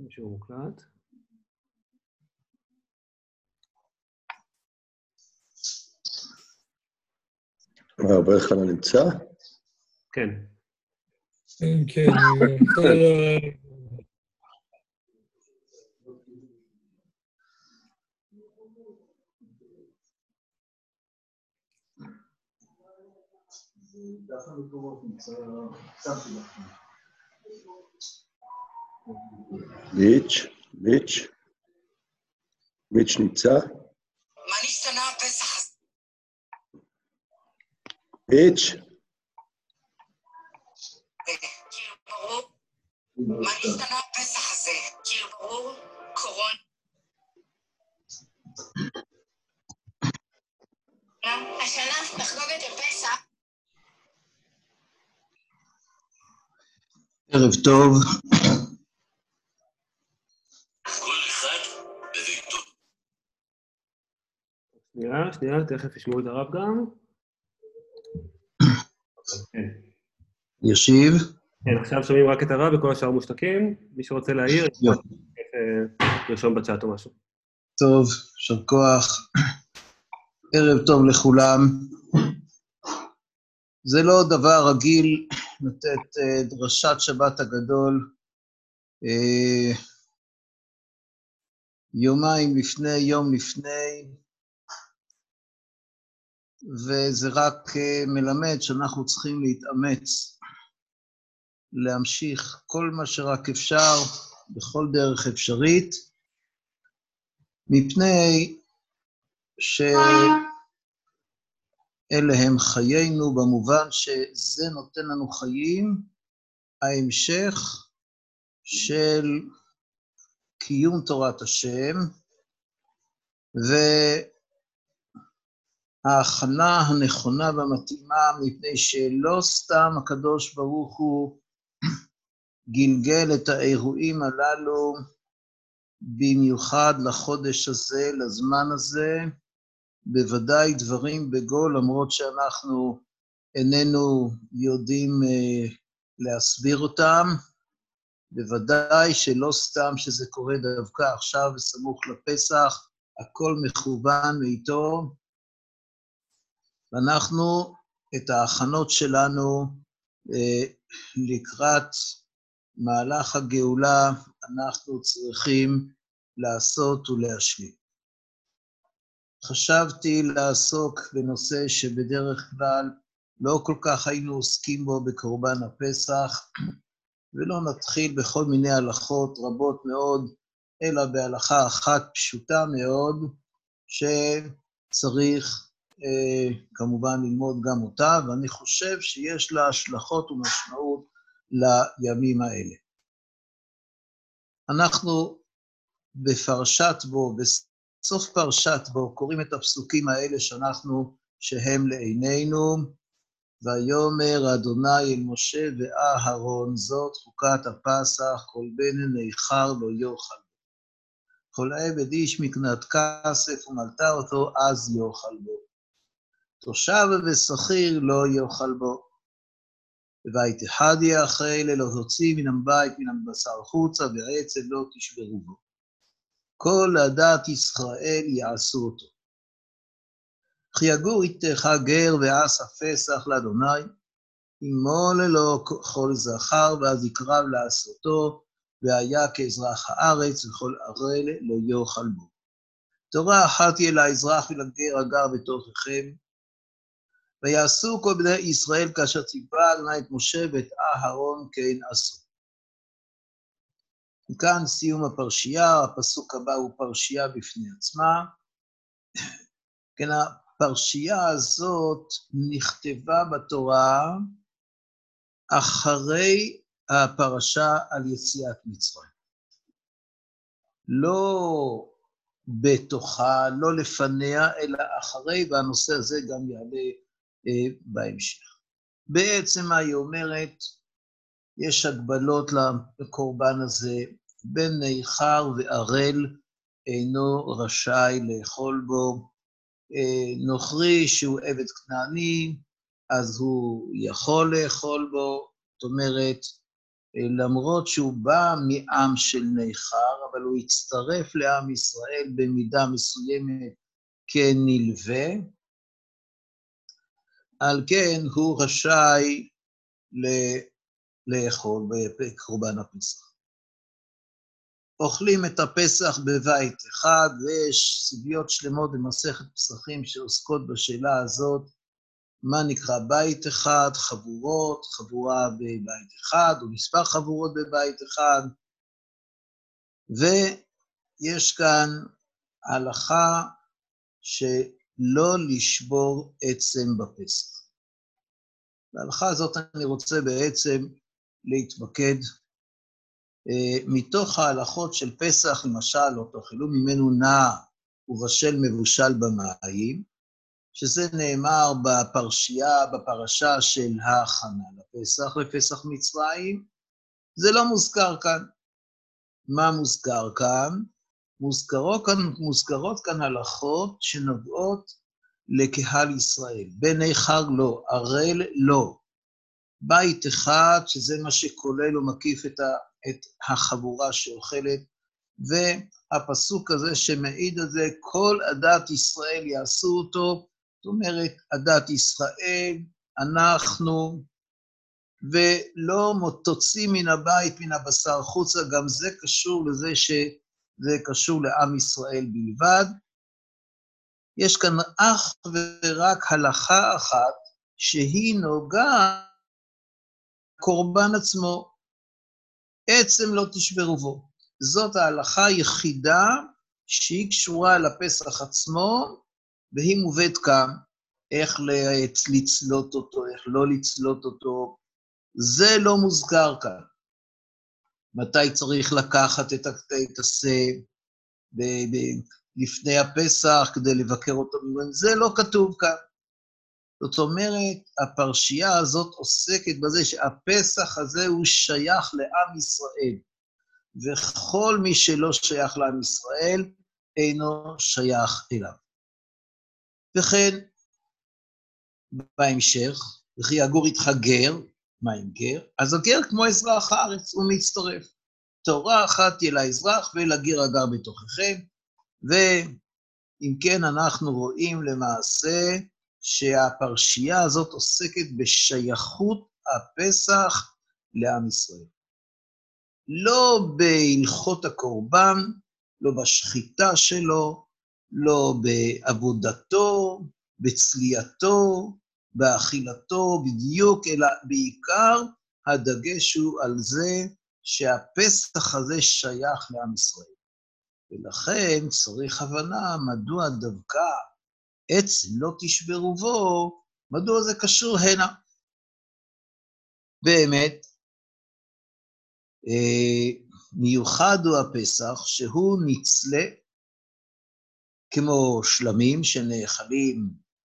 שהוא מוקלט. רבי חנן נמצא? כן. כן, ביץ' נמצא? מה נשתנה הפסח הזה? ביץ'? כאילו ברור? מה נשתנה הפסח הזה? כאילו ברור? קורונה? השנה נחגוג את הפסח. ערב טוב. כל אחד בביתו. שנייה, תכף ישמעו את הרב גם. כן. ישיב. כן, עכשיו שומעים רק את הרב וכל השאר מושתקים. מי שרוצה להעיר, ירשום בצ'אט או משהו. טוב, יישר כוח. ערב טוב לכולם. זה לא דבר רגיל לתת דרשת שבת הגדול יומיים לפני, יום לפני, וזה רק מלמד שאנחנו צריכים להתאמץ, להמשיך כל מה שרק אפשר, בכל דרך אפשרית, מפני שאלה הם חיינו, במובן שזה נותן לנו חיים, ההמשך של קיום תורת השם, וההכנה הנכונה והמתאימה, מפני שלא סתם הקדוש ברוך הוא גלגל את האירועים הללו, במיוחד לחודש הזה, לזמן הזה, בוודאי דברים בגול, למרות שאנחנו איננו יודעים להסביר אותם, בוודאי שלא סתם שזה קורה דווקא עכשיו בסמוך לפסח, הכל מכוון מאיתו, ואנחנו את ההכנות שלנו לקראת מהלך הגאולה אנחנו צריכים לעשות ולהשלים. חשבתי לעסוק בנושא שבדרך כלל לא כל כך היינו עוסקים בו בקורבן הפסח, ולא נתחיל בכל מיני הלכות רבות מאוד, אלא בהלכה אחת פשוטה מאוד, שצריך כמובן ללמוד גם אותה, ואני חושב שיש לה השלכות ומשמעות לימים האלה. אנחנו בפרשת בו, בסוף פרשת בו, קוראים את הפסוקים האלה שהם לעינינו, ויאמר אדוני אל משה ואהרון, זאת חוקת הפסח, כל בן ניכר לא יאכל. כל עבד איש מקנת כסף ומלתה אותו, אז יאכל בו. תושב ושכיר לא יאכל בו. ובית אחד יאכל, לא תוציא מן הבית, מן הבשר חוצה, ועצב לא תשברו בו. כל עדת ישראל יעשו אותו. כי יגור איתך גר ועשה פסח לאדוני, ימול לו כל זכר, ואז יקרב לעשותו, והיה כאזרח הארץ, וכל ערל לא יאכל בו. תורה אחת תהיה לאזרח ולגר הגר בתוככם, ויעשו כל בני ישראל כאשר ציווה אדוני את משה ואת אהרון כן עשו. וכאן סיום הפרשייה, הפסוק הבא הוא פרשייה בפני עצמה. כן, הפרשייה הזאת נכתבה בתורה אחרי הפרשה על יציאת מצרים. לא בתוכה, לא לפניה, אלא אחרי, והנושא הזה גם יעלה בהמשך. בעצם מה היא אומרת? יש הגבלות לקורבן הזה, בן ניכר וערל אינו רשאי לאכול בו, נוכרי שהוא עבד כנעני, אז הוא יכול לאכול בו, זאת אומרת, למרות שהוא בא מעם של ניכר, אבל הוא הצטרף לעם ישראל במידה מסוימת כנלווה, על כן הוא רשאי לאכול בקורבן הפסח. אוכלים את הפסח בבית אחד, ויש סוגיות שלמות במסכת פסחים שעוסקות בשאלה הזאת, מה נקרא בית אחד, חבורות, חבורה בבית אחד, או מספר חבורות בבית אחד, ויש כאן הלכה שלא לשבור עצם בפסח. בהלכה הזאת אני רוצה בעצם להתמקד מתוך ההלכות של פסח, למשל, או תאכלו ממנו נע ובשל מבושל במים, שזה נאמר בפרשה של ההכנה לפסח, לפסח מצרים, זה לא מוזכר כאן. מה מוזכר כאן? מוזכרות כאן הלכות שנוגעות לקהל ישראל. בני חג לא, ערל לא. בית אחד, שזה מה שכולל ומקיף את החבורה שאוכלת, והפסוק הזה שמעיד על זה, כל עדת ישראל יעשו אותו, זאת אומרת, עדת ישראל, אנחנו, ולא תוציא מן הבית, מן הבשר חוצה, גם זה קשור לזה שזה קשור לעם ישראל בלבד. יש כאן אך ורק הלכה אחת, שהיא נוגעת קורבן עצמו, עצם לא תשברו בו. זאת ההלכה היחידה שהיא קשורה לפסח עצמו, והיא מובאת כאן, איך לצלות אותו, איך לא לצלות אותו, זה לא מוזכר כאן. מתי צריך לקחת את השה לפני הפסח כדי לבקר אותו, זה לא כתוב כאן. זאת אומרת, הפרשייה הזאת עוסקת בזה שהפסח הזה הוא שייך לעם ישראל, וכל מי שלא שייך לעם ישראל אינו שייך אליו. וכן, בהמשך, וכי יגור איתך גר, מה עם גר? אז הגר כמו אזרח הארץ, הוא מצטרף. תורה אחת תהיה לאזרח ולגר הגר בתוככם, ואם כן אנחנו רואים למעשה שהפרשייה הזאת עוסקת בשייכות הפסח לעם ישראל. לא בהלכות הקורבן, לא בשחיטה שלו, לא בעבודתו, בצלייתו, באכילתו בדיוק, אלא בעיקר הדגש הוא על זה שהפסח הזה שייך לעם ישראל. ולכן צריך הבנה מדוע דווקא עצם לא תשברו בו, מדוע זה קשור הנה. באמת, מיוחד הוא הפסח שהוא נצלה כמו שלמים שנאכלים,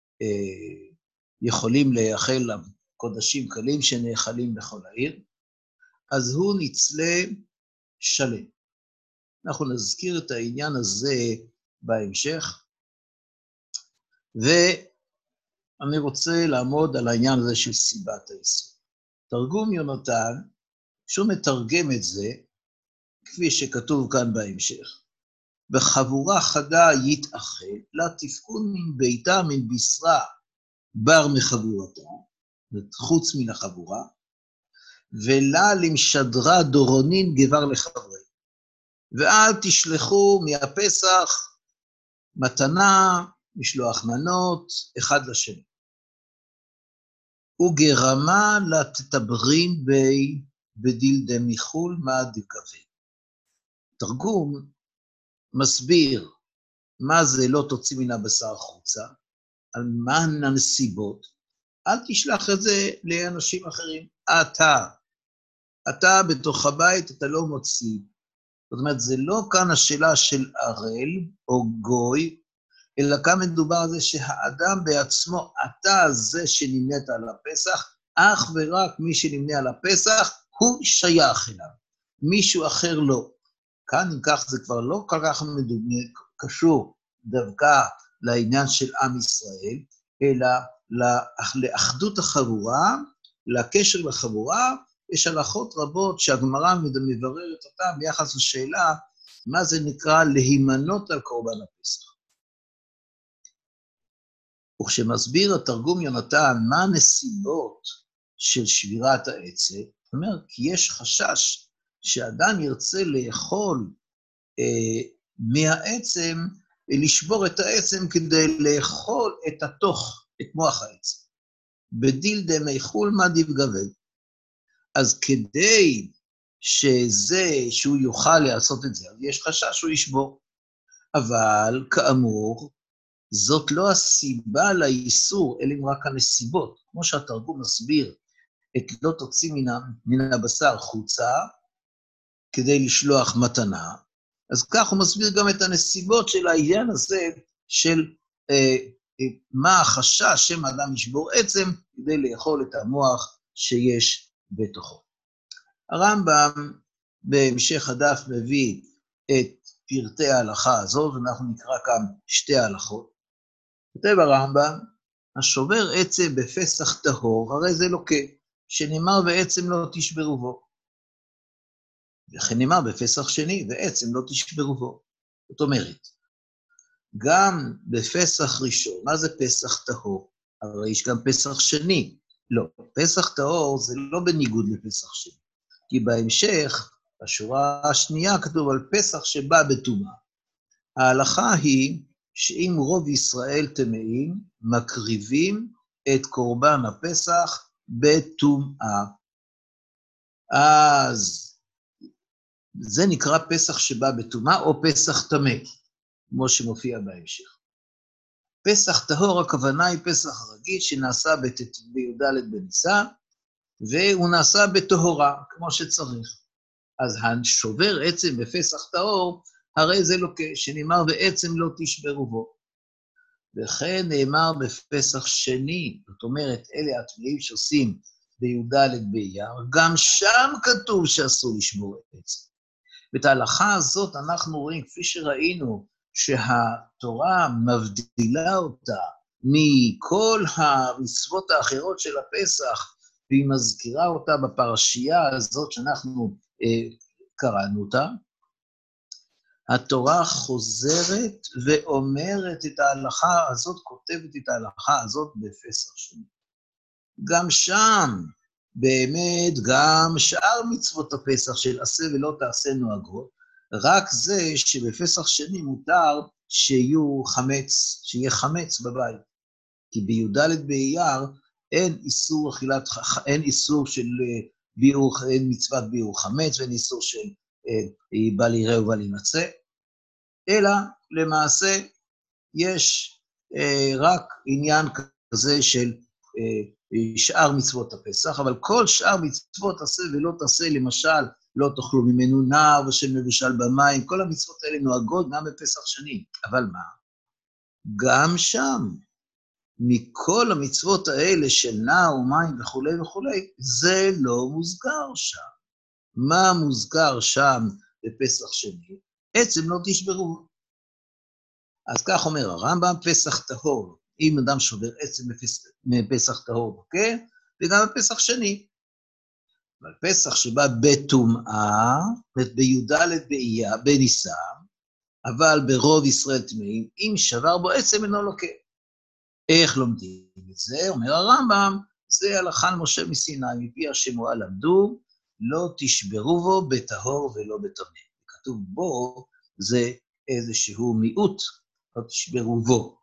יכולים לאכול קודשים קלים שנאכלים בכל העיר, אז הוא נצלה שלם. אנחנו נזכיר את העניין הזה בהמשך, ואני רוצה לעמוד על העניין הזה של סיבת היסוד. תרגום יונתן, שהוא מתרגם את זה, כפי שכתוב כאן בהמשך, בחבורה חדה יתאחד, לה תפקוד מן ביתה מן בשרה בר מחבורתה, חוץ מן החבורה, ולה למשדרה דורונין גבר לחברי. ואל תשלחו מהפסח מתנה, משלוח מנות, אחד לשני. וגרמה לתתברין בי בדיל דמיחול מה דקווה. תרגום מסביר מה זה לא תוציא מן הבשר חוצה, על מה הנסיבות, אל תשלח את זה לאנשים אחרים. אתה בתוך הבית, אתה לא מוציא. זאת אומרת, זה לא כאן השאלה של ערל או גוי, אלא כאן מדובר על זה שהאדם בעצמו, אתה זה שנמנית על הפסח, אך ורק מי שנמנה על הפסח, הוא שייך אליו. מישהו אחר לא. כאן אם כך זה כבר לא כל כך קשור דווקא לעניין של עם ישראל, אלא לאחדות החבורה, לקשר לחבורה, יש הלכות רבות שהגמרא מבררת אותן ביחס לשאלה מה זה נקרא להימנות על קורבן הפסח. וכשמסביר התרגום יונתן מה הנסיבות של שבירת העצם, זאת אומרת, כי יש חשש שאדם ירצה לאכול מהעצם, לשבור את העצם כדי לאכול את התוך, את מוח העצם. בדיל דמי חול מה דיבגבל. אז כדי שהוא יוכל לעשות את זה, יש חשש שהוא ישבור. אבל כאמור, זאת לא הסיבה לאיסור, אלא רק הנסיבות. כמו שהתרגום מסביר, את לא תוציא מן הבשר חוצה, כדי לשלוח מתנה, אז כך הוא מסביר גם את הנסיבות של העניין הזה, של מה החשש שם האדם ישבור עצם, כדי לאכול את המוח שיש בתוכו. הרמב"ם בהמשך הדף מביא את פרטי ההלכה הזאת, ואנחנו נקרא כאן שתי ההלכות. כותב הרמב"ם, השובר עצם בפסח טהור, הרי זה לוקה, שנאמר בעצם לא תשברו בו. וכן נאמר בפסח שני, ועצם לא תשברו בו. זאת אומרת, גם בפסח ראשון, מה זה פסח טהור? הרי יש גם פסח שני. לא, פסח טהור זה לא בניגוד לפסח שני. כי בהמשך, בשורה השנייה כתוב על פסח שבא בטומאה. ההלכה היא שאם רוב ישראל טמאים, מקריבים את קורבן הפסח בטומאה. אז זה נקרא פסח שבא בטומאה או פסח טמא, כמו שמופיע בהמשך. פסח טהור, הכוונה היא פסח רגיל שנעשה בי"ד בניסן, והוא נעשה בטהורה, כמו שצריך. אז השובר עצם בפסח טהור, הרי זה לוקה, שנאמר בעצם לא תשברו בו. וכן נאמר בפסח שני, זאת אומרת, אלה הטמאים שעושים בי"ד באייר, גם שם כתוב שאסור לשבור עצם. ואת ההלכה הזאת אנחנו רואים, כפי שראינו, שהתורה מבדילה אותה מכל המצוות האחרות של הפסח, והיא מזכירה אותה בפרשייה הזאת שאנחנו קראנו אותה. התורה חוזרת ואומרת את ההלכה הזאת, כותבת את ההלכה הזאת בפסח שני. גם שם, באמת, גם שאר מצוות הפסח של עשה ולא תעשה נוהגות, רק זה שבפסח שני מותר שיהיה חמץ בבית. כי בי"ד באייר אין איסור של ביעור, אין מצוות ביעור חמץ, ואין איסור של בל יראה ובל ימצא, אלא למעשה יש רק עניין כזה של שאר מצוות הפסח, אבל כל שאר מצוות עשה ולא תעשה, למשל, לא תאכלו ממנו נער ושל מבושל במים, כל המצוות האלה נוהגות גם בפסח שני. אבל מה? גם שם, מכל המצוות האלה של נער ומים וכו' וכו', זה לא מוזכר שם. מה מוזכר שם בפסח שני? עצם לא תשברו. אז כך אומר הרמב"ם, פסח טהור, אם אדם שובר עצם מפסח טהור, אוקיי? וגם בפסח שני. אבל פסח שבא בטומאה, בי"ד באייר, בניסן, אבל ברוב ישראל טמאים, אם שבר בו עצם אינו לוקה. איך לומדים את זה? אומר הרמב"ם, זה הלכה משה מסיני, מפי השמועה למדו, לא תשברו בו בטהור ולא בטמא. כתוב בו, זה איזשהו מיעוט, לא תשברו בו.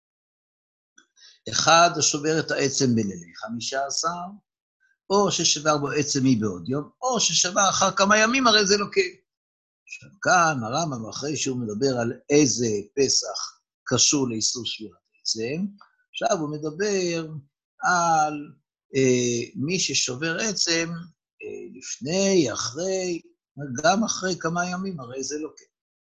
אחד השובר את העצם בלילי 15, או ששבר בו עצם מבעוד יום, או ששבר אחר כמה ימים, הרי זה לוקה. עכשיו כאן הרמב"ם, אחרי שהוא מדבר על איזה פסח קשור לאיסור שבירת עצם, עכשיו הוא מדבר על מי ששובר עצם לפני, אחרי, גם אחרי כמה ימים, הרי זה לוקה.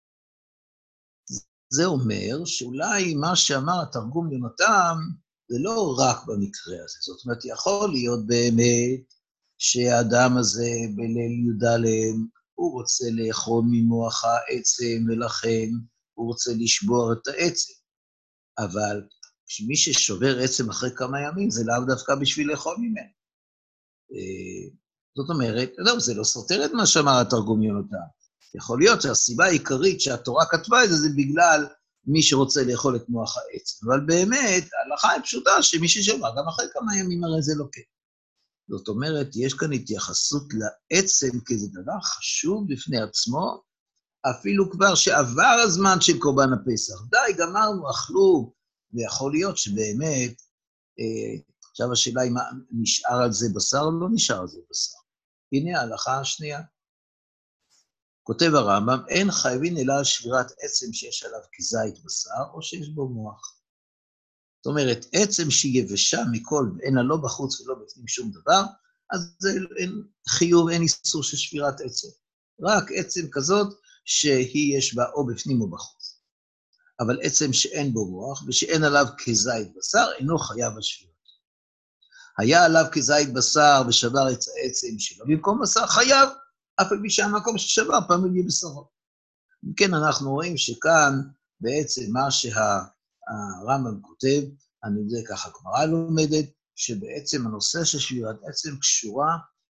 זה אומר שאולי מה שאמר התרגום יונתן, זה לא רק במקרה הזה, זאת אומרת, יכול להיות באמת שהאדם הזה בליל י"ד, הוא רוצה לאכול ממוח העצם, ולכן הוא רוצה לשבור את העצם. אבל מי ששובר עצם אחרי כמה ימים, זה לאו דווקא בשביל לאכול ממנו. זאת אומרת, לא, זה לא סותר את מה שאמר התרגום יונתן. יכול להיות שהסיבה העיקרית שהתורה כתבה את זה, זה בגלל מי שרוצה לאכול את מוח העץ. אבל באמת, ההלכה היא פשוטה, שמי ששמע, גם אחרי כמה ימים הרי זה לא כן. זאת אומרת, יש כאן התייחסות לעצם כאיזה דבר חשוב בפני עצמו, אפילו כבר שעבר הזמן של קורבן הפסח. די, גמרנו, אכלו, ויכול להיות שבאמת, עכשיו השאלה אם נשאר על זה בשר או לא נשאר על זה בשר. הנה ההלכה השנייה. כותב הרמב"ם, אין חייבים אלא על שבירת עצם שיש עליו כזית בשר, או שיש בו מוח. זאת אומרת, עצם שהיא יבשה מכל, ואין לה לא בחוץ ולא בפנים שום דבר, אז אין חיוב, אין איסור של שבירת עצם. רק עצם כזאת שהיא יש בה או בפנים או בחוץ. אבל עצם שאין בו מוח, ושאין עליו כזית בשר, אינו חייב על שבירת. היה עליו כזית בשר ושבר את העצם שלו, במקום בשר חייב, אף על פי שהמקום ששבר פעם יהיה בשרו. כן, אנחנו רואים שכאן בעצם מה שהרמב"ם כותב, אני יודע ככה גמרא לומדת, שבעצם הנושא של שבירת עצם קשורה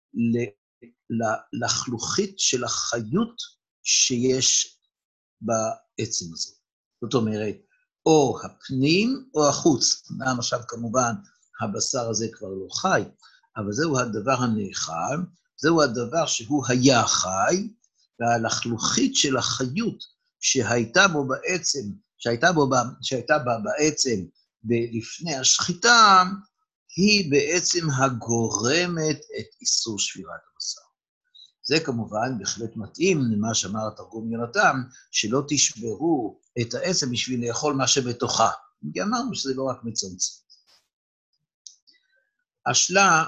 לחלוכית של החיות שיש בעצם הזאת. זאת אומרת, או הפנים או החוץ. עכשיו כמובן הבשר הזה כבר לא חי, אבל זהו הדבר הנאכל, זהו הדבר שהוא היה חי, והלחלוכית של החיות שהייתה בו בעצם, שהייתה בה בעצם לפני השחיטה, היא בעצם הגורמת את איסור שבירת הבשר. זה כמובן בהחלט מתאים למה שאמר התרגום יונתן, שלא תשברו את העצם בשביל לאכול מה שבתוכה. כי אמרנו שזה לא רק מצמצם. השלה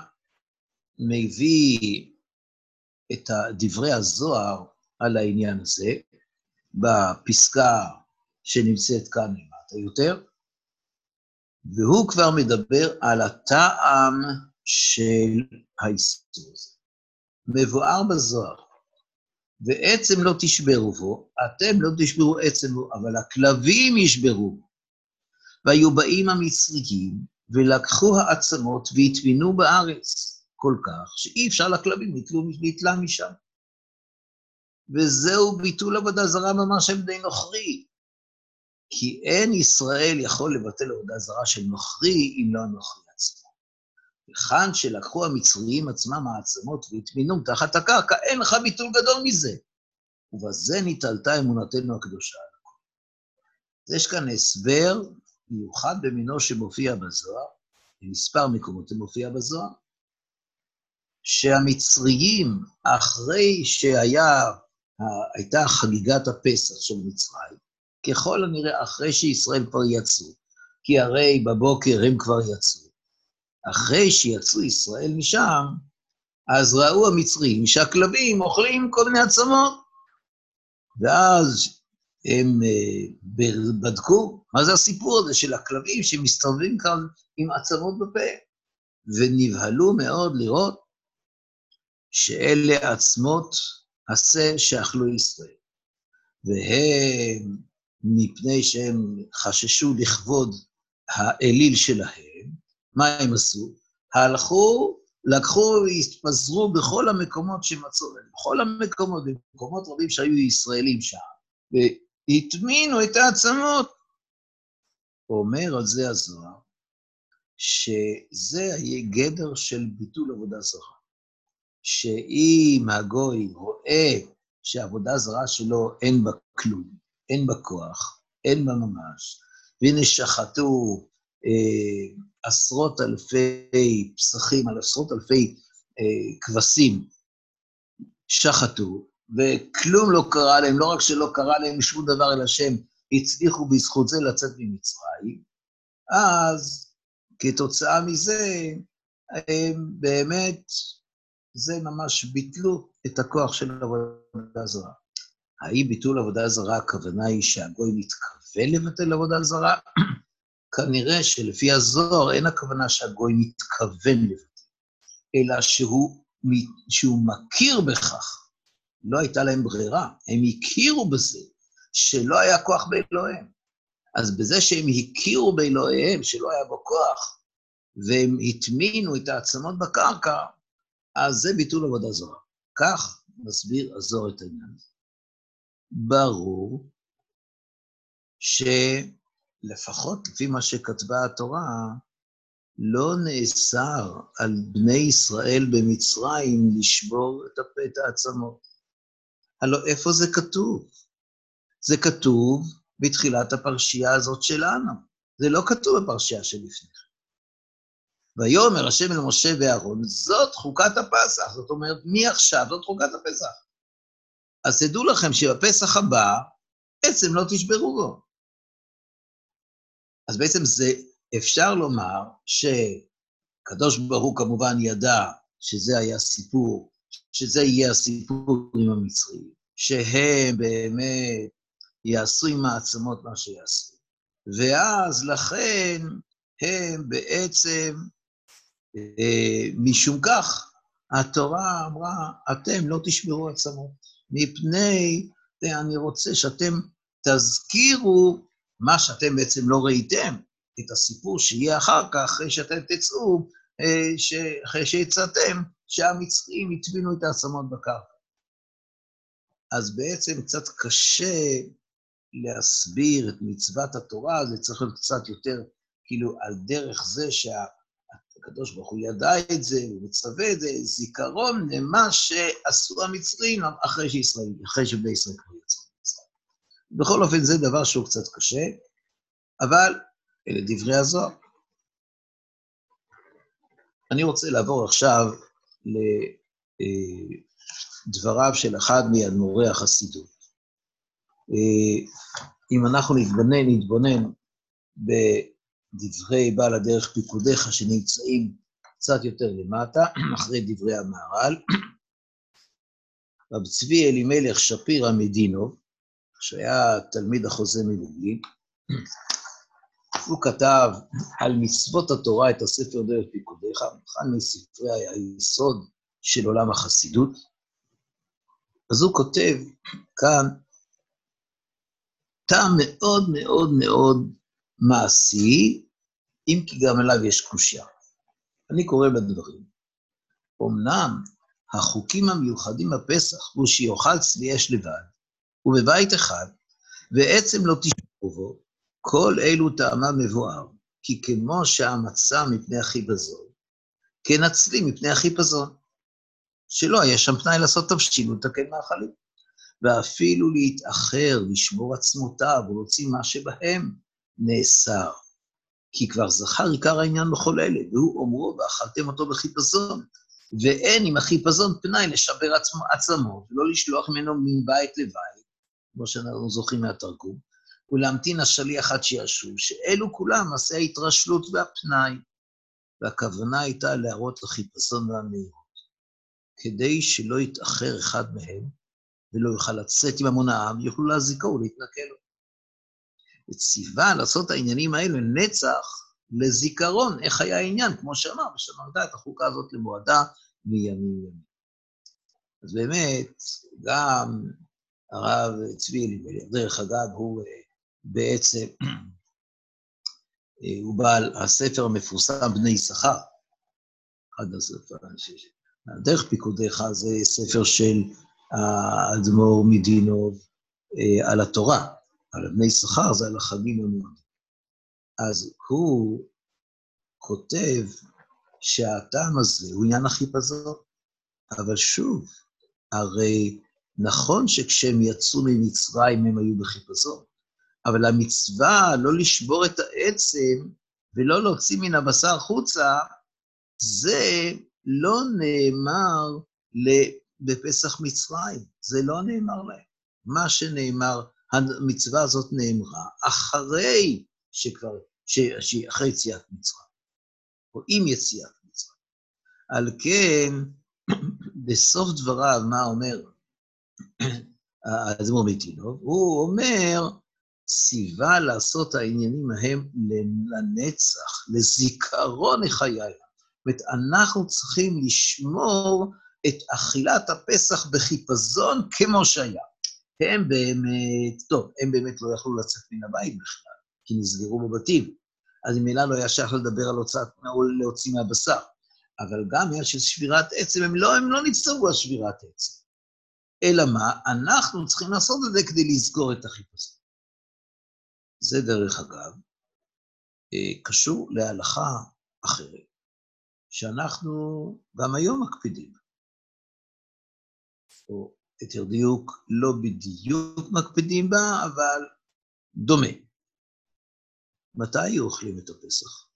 מביא את דברי הזוהר על העניין הזה, בפסקה שנמצאת כאן למטה יותר, והוא כבר מדבר על הטעם של האיסור הזה. מבואר בזוהר, ועצם לא תשברו בו, אתם לא תשברו עצם בו, אבל הכלבים ישברו. והיו באים המצרים, ולקחו העצמות והטמינו בארץ, כל כך שאי אפשר לכלבים להתלה משם. וזהו ביטול עבודה זרה ממש על ידי נוכרי. כי אין ישראל יכול לבטל עבודה זרה של נוכרי, אם לא הנוכרי עצמו. וכאן שלקחו המצריים עצמם העצמות והטמינו תחת הקרקע, אין לך ביטול גדול מזה. ובזה ניטלתה אמונתנו הקדושה. אז יש כאן הסבר מיוחד במינו שמופיע בזוהר, במספר מקומות שמופיע בזוהר, שהמצריים, אחרי שהייתה חגיגת הפסח של מצרים, ככל הנראה אחרי שישראל כבר יצאו, כי הרי בבוקר הם כבר יצאו, אחרי שיצאו ישראל משם, אז ראו המצרים שהכלבים אוכלים כל מיני עצמות, ואז הם בדקו, מה זה הסיפור הזה של הכלבים שמסתובבים כאן עם עצמות בפה, ונבהלו מאוד לראות שאלה עצמות עשה שאכלו ישראל. והם, מפני שהם חששו לכבוד האליל שלהם, מה הם עשו? הלכו, לקחו והתפזרו בכל המקומות שמצאו, בכל המקומות, במקומות רבים שהיו ישראלים שם, והטמינו את העצמות. אומר על זה הזוהר, שזה יהיה גדר של ביטול עבודה זרה. שאם הגוי רואה שהעבודה זרה שלו אין בה כלום, אין בה כוח, אין בה ממש, והנה שחטו עשרות אלפי פסחים, על עשרות אלפי כבשים, שחטו, וכלום לא קרה להם, לא רק שלא קרה להם שום דבר אלא שהם הצליחו בזכות זה לצאת ממצרים, אז כתוצאה מזה, הם באמת, זה ממש ביטלו את הכוח של עבודה זרה. האם ביטול עבודה זרה, הכוונה היא שהגוי מתכוון לבטל עבודה זרה? כנראה שלפי הזוהר אין הכוונה שהגוי מתכוון לבטל, אלא שהוא מכיר בכך. לא הייתה להם ברירה, הם הכירו בזה שלא היה כוח באלוהים. אז בזה שהם הכירו באלוהיהם שלא היה בו כוח, והם הטמינו את העצמות בקרקע, אז זה ביטול עבודה זרה. כך מסביר הזוהר את העניין. ברור שלפחות לפי מה שכתבה התורה, לא נאסר על בני ישראל במצרים לשבור את העצמות. הלוא איפה זה כתוב? זה כתוב בתחילת הפרשייה הזאת שלנו. זה לא כתוב בפרשייה שלפני. ויאמר השם אל משה ואהרון, זאת חוקת הפסח. זאת אומרת, מעכשיו זאת חוקת הפסח. אז תדעו לכם שבפסח הבא, עצם לא תשברו בו. אז בעצם זה אפשר לומר שקדוש ברוך הוא כמובן ידע שזה היה סיפור, שזה יהיה הסיפור עם המצרים, שהם באמת יעשו עם העצמות מה שיעשו. ואז לכן הם בעצם, משום כך, התורה אמרה, אתם לא תשברו עצמות, מפני, אני רוצה שאתם תזכירו מה שאתם בעצם לא ראיתם, את הסיפור שיהיה אחר כך, אחרי שאתם תצאו, אחרי שיצאתם, שהמצרים הטבינו את העצמות בקרקע. אז בעצם קצת קשה להסביר את מצוות התורה, זה צריך להיות קצת יותר, כאילו על דרך זה שהקדוש ברוך הוא ידע את זה, הוא מצווה את זה, זיכרון למה שעשו המצרים אחרי שבני ישראל כבר יצאו ממצרים. בכל אופן זה דבר שהוא קצת קשה, אבל אלה דברי הזוהר. אני רוצה לעבור עכשיו לדבריו של אחד מאדמו"רי החסידות. אם אנחנו נתבונן בדברי בעל הדרך פיקודיך שנמצאים קצת יותר למטה, אחרי דברי המהר"ל, רב צבי אלימלך שפירא מדינוב, שהיה תלמיד החוזה מלובלין, הוא כתב על מצוות התורה את הספר דרך פיקודיך, אחד מספרי היסוד של עולם החסידות. אז הוא כותב כאן טעם מאוד מאוד מאוד מעשי, אם כי גם עליו יש קושיה. אני קורא בדברים. אמנם החוקים המיוחדים בפסח הוא שיאכל צבי אש לבד, ובבית אחד, ועצם לא תשבו בו, כל אלו טעמה מבואר, כי כמו שהמצה מפני החיפזון, כן הצלי מפני החיפזון, שלא היה שם פנאי לעשות תבשיל ולתקן מאכלים, ואפילו להתאחר, לשמור עצמותיו ולהוציא מה שבהם נאסר, כי כבר זכר עיקר העניין בכל אלה, והוא אומרו, ואכלתם אותו בחיפזון, ואין עם החיפזון פנאי לשבר עצמו, ולא לשלוח ממנו מבית לבית, כמו שאנחנו זוכרים מהתרגום, ולהמתין השליח עד שישוב, שאלו כולם מעשי ההתרשלות והפנאי, והכוונה הייתה להראות החיפזון והמהירות, כדי שלא יתאחר אחד מהם, ולא יוכל לצאת עם המון העם, יוכלו להזיקו ולהתנקה לו. וציווה לעשות העניינים האלה נצח לזיכרון, איך היה העניין, כמו שאמר, ושמרת את החוקה הזאת למועדה מימים ימים. אז באמת, גם הרב צבי אלימלך, דרך אגב, הוא בעצם, הוא בעל הספר המפורסם בני יששכר, אחד הספר, דרך פיקודיך זה ספר של האדמו"ר מדינוב על התורה, על בני יששכר זה על החגים המועדים. אז הוא כותב שהטעם הזה הוא עניין החיפזון, אבל שוב, הרי נכון שכשהם יצאו ממצרים הם היו בחיפזון, אבל המצווה לא לשבור את העצם ולא להוציא מן הבשר חוצה, זה לא נאמר בפסח מצרים, זה לא נאמר להם. מה שנאמר, המצווה הזאת נאמרה אחרי אחרי יציאת מצרים, או עם יציאת מצרים. על כן, בסוף דבריו, מה אומר האדמו"ר מדינוב? הוא אומר, ציווה לעשות העניינים ההם לנצח, לזיכרון לחיי. זאת אומרת, אנחנו צריכים לשמור את אכילת הפסח בחיפזון כמו שהיה. הם באמת לא יכלו לצאת מן הבית בכלל, כי נסגרו בבתים. אז ממילא לא היה שייך לדבר על להוציא מהבשר. אבל גם עניין של שבירת עצם, הם לא נצטרכו על שבירת עצם. אלא מה? אנחנו צריכים לעשות את זה כדי לסגור את החיפוש. זה דרך אגב, קשור להלכה אחרת, שאנחנו גם היום מקפידים. או יותר דיוק, לא בדיוק מקפידים בה, אבל דומה. מתי אוכלים את הפסח?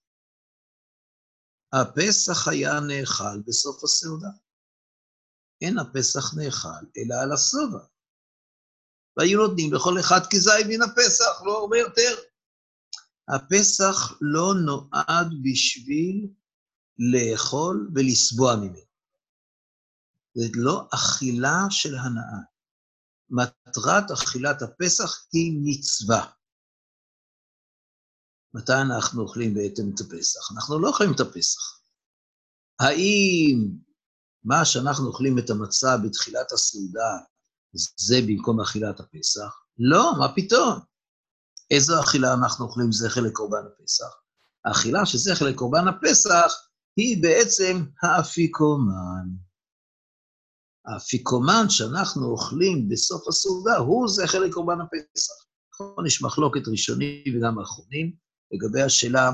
הפסח היה נאכל בסוף הסעודה. אין הפסח נאכל, אלא על הסובה. והיו נותנים לכל אחד כזית מן הפסח, לא הרבה יותר. הפסח לא נועד בשביל לאכול ולסבוע ממנו. זה לא אכילה של הנאה. מטרת אכילת הפסח היא מצווה. מתי אנחנו אוכלים בעצם את הפסח? אנחנו לא אוכלים את הפסח. האם מה שאנחנו אוכלים את המצה בתחילת הסעודה, זה במקום אכילת הפסח? לא, מה פתאום? איזו אכילה אנחנו אוכלים זכר לקורבן הפסח? האכילה שזכר לקורבן הפסח היא בעצם האפיקומן. האפיקומן שאנחנו אוכלים בסוף הסעודה הוא זכר לקורבן הפסח. נכון, יש מחלוקת ראשונית וגם אחרונים לגבי השאלה